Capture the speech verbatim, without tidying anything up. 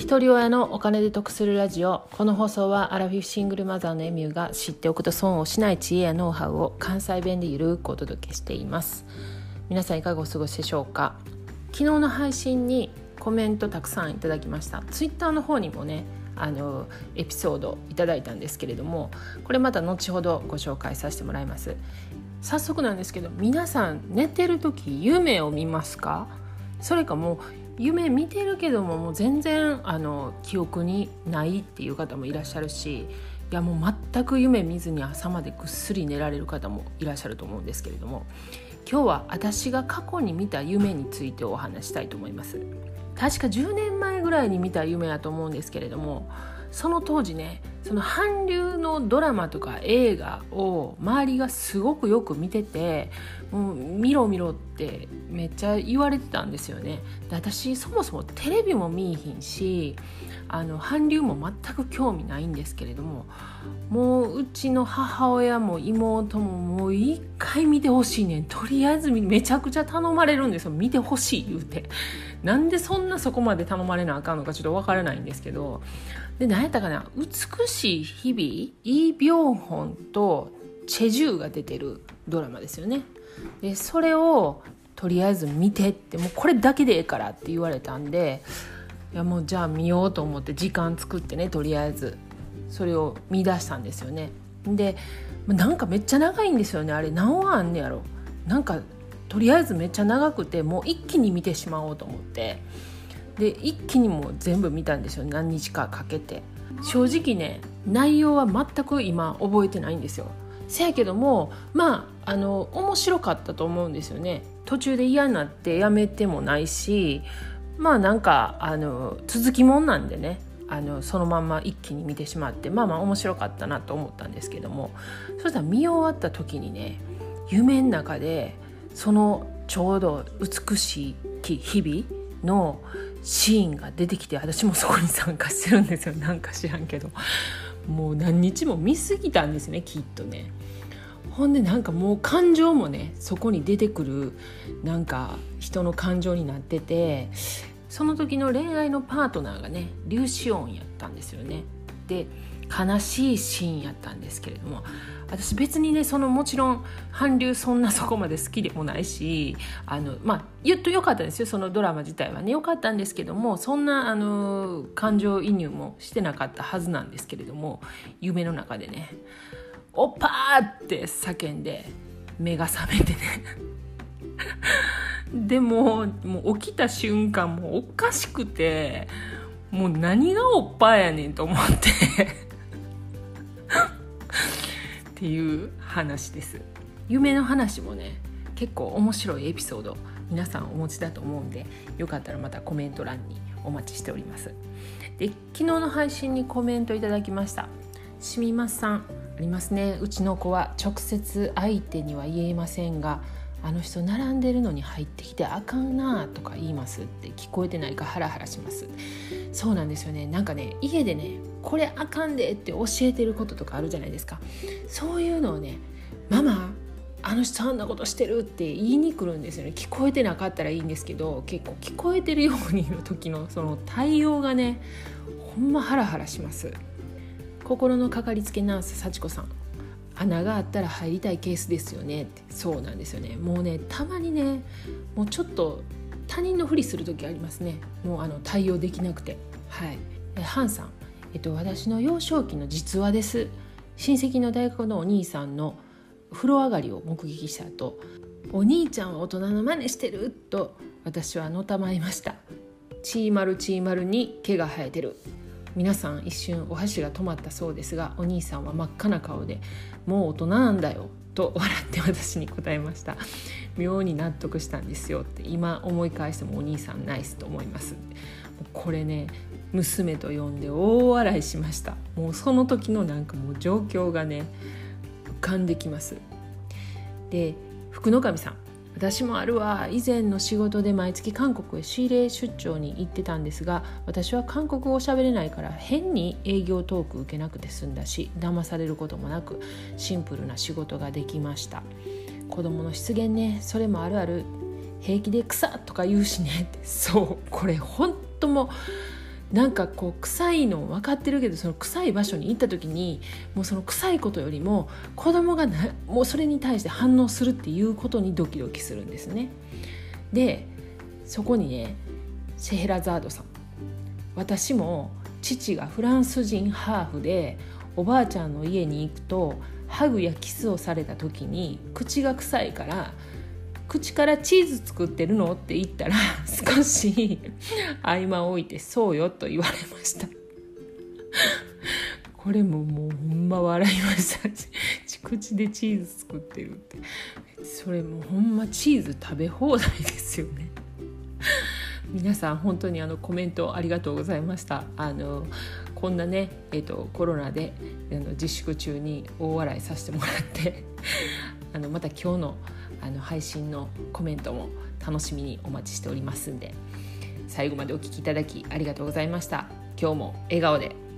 一人親のお金で得するラジオ。この放送はアラフィフシングルマザーのエミューが知っておくと損をしない知恵やノウハウを関西弁でゆるくお届けしています。皆さんいかがお過ごしでしょうか。昨日の配信にコメントたくさんいただきました。ツイッターの方にもねあのエピソードいただいたんですけれども、これまた後ほどご紹介させてもらいます。早速なんですけど、皆さん寝てる時夢を見ますか？それかもう夢見てるけどももう全然あの記憶にないっていう方もいらっしゃるし、いやもう全く夢見ずに朝までぐっすり寝られる方もいらっしゃると思うんですけれども、今日は私が過去に見た夢についてお話したいと思います。確かじゅうねんまえぐらいに見た夢だと思うんですけれども、その当時ね、その韓流のドラマとか映画を周りがすごくよく見てて、もう見ろ見ろってめっちゃ言われてたんですよね。で、私そもそもテレビも見いひんし、あの韓流も全く興味ないんですけれども、もううちの母親も妹ももう一回見てほしいねん、とりあえずめちゃくちゃ頼まれるんですよ、見てほしい言うて。なんでそんなそこまで頼まれなあかんのかちょっとわからないんですけど、で何やったかな、美しい日々、イ・ビョンホンとチェジュが出てるドラマですよね。でそれをとりあえず見てって、もうこれだけでええからって言われたんで、いやもうじゃあ見ようと思って時間作ってね、とりあえずそれを見出したんですよね。でなんかめっちゃ長いんですよね。あれ何話あんねやろ。なんかとりあえずめっちゃ長くて、もう一気に見てしまおうと思って、で一気にもう全部見たんですよ、何日かかけて。正直ね、内容は全く今覚えてないんですよ。せやけどもまああの面白かったと思うんですよね。途中で嫌になってやめてもないし、まあなんかあの続きもんなんでね、あのそのまんま一気に見てしまって、まあまあ面白かったなと思ったんですけども、そしたら見終わった時にね、夢の中でそのちょうど美しい日々のシーンが出てきて、私もそこに参加してるんですよ。なんか知らんけど、もう何日も見すぎたんですね、きっとね。ほんでなんかもう感情もね、そこに出てくるなんか人の感情になってて、その時の恋愛のパートナーがねリュウシオンやったんですよね。で悲しいシーンやったんですけれども、私別にねそのもちろん韓流そんなそこまで好きでもないし、あのまあ言っとよかったんですよ、そのドラマ自体はねよかったんですけども、そんなあの感情移入もしてなかったはずなんですけれども、夢の中でねオッパーって叫んで目が覚めてねでももう起きた瞬間もうおかしくて、もう何がオッパーやねんと思ってっていう話です。夢の話もね結構面白いエピソード皆さんお持ちだと思うんで、よかったらまたコメント欄にお待ちしております。で昨日の配信にコメントいただきました。しみますさん、ありますね。うちの子は直接相手には言えませんが、あの人並んでるのに入ってきてあかんなとか言いますって、聞こえてないかハラハラします。そうなんですよね。なんかね家でねこれあかんでって教えてることとかあるじゃないですか。そういうのをね、ママあの人あんなことしてるって言いに来るんですよね。聞こえてなかったらいいんですけど、結構聞こえてるようにの時のその対応がねほんまハラハラします。心のかかりつけナース幸子さん、穴があったら入りたいケースですよねって。そうなんですよね。もうねたまにねもうちょっと他人のふりする時ありますね。もうあの対応できなくて。はい。えハンさん、えっと私の幼少期の実話です。親戚の大学のお兄さんの風呂上がりを目撃した後、お兄ちゃんは大人の真似してると私はのたまいました。チーマルチーマルに毛が生えてる。皆さん一瞬お箸が止まったそうですが、お兄さんは真っ赤な顔でもう大人なんだよと笑って私に答えました。妙に納得したんですよって。今思い返してもお兄さんナイスと思います。これね娘と呼んで大笑いしました。もうその時のなんかもう状況がね浮かんできます。で福の神さん、私もあるわ。以前の仕事で毎月韓国へ仕入れ出張に行ってたんですが、私は韓国語を喋れないから変に営業トーク受けなくて済んだし、騙されることもなくシンプルな仕事ができました。子供の失言ね、それもあるある。平気で草とか言うしねって。そうこれ本当もなんかこう臭いの分かってるけど、その臭い場所に行った時にもうその臭いことよりも子供がなもうそれに対して反応するっていうことにドキドキするんですね。でそこにねシェヘラザードさん、私も父がフランス人ハーフでおばあちゃんの家に行くとハグやキスをされた時に口が臭いから口からチーズ作ってるのって言ったら少し合間を置いてそうよと言われました。これももうほんま笑いました。口でチーズ作ってるって、それもうほんまチーズ食べ放題ですよね。皆さん本当にあのコメントありがとうございました。あのこんなね、えーと、コロナであの自粛中に大笑いさせてもらってあのまた今日のあの配信のコメントも楽しみにお待ちしておりますんで、最後までお聞きいただきありがとうございました。今日も笑顔で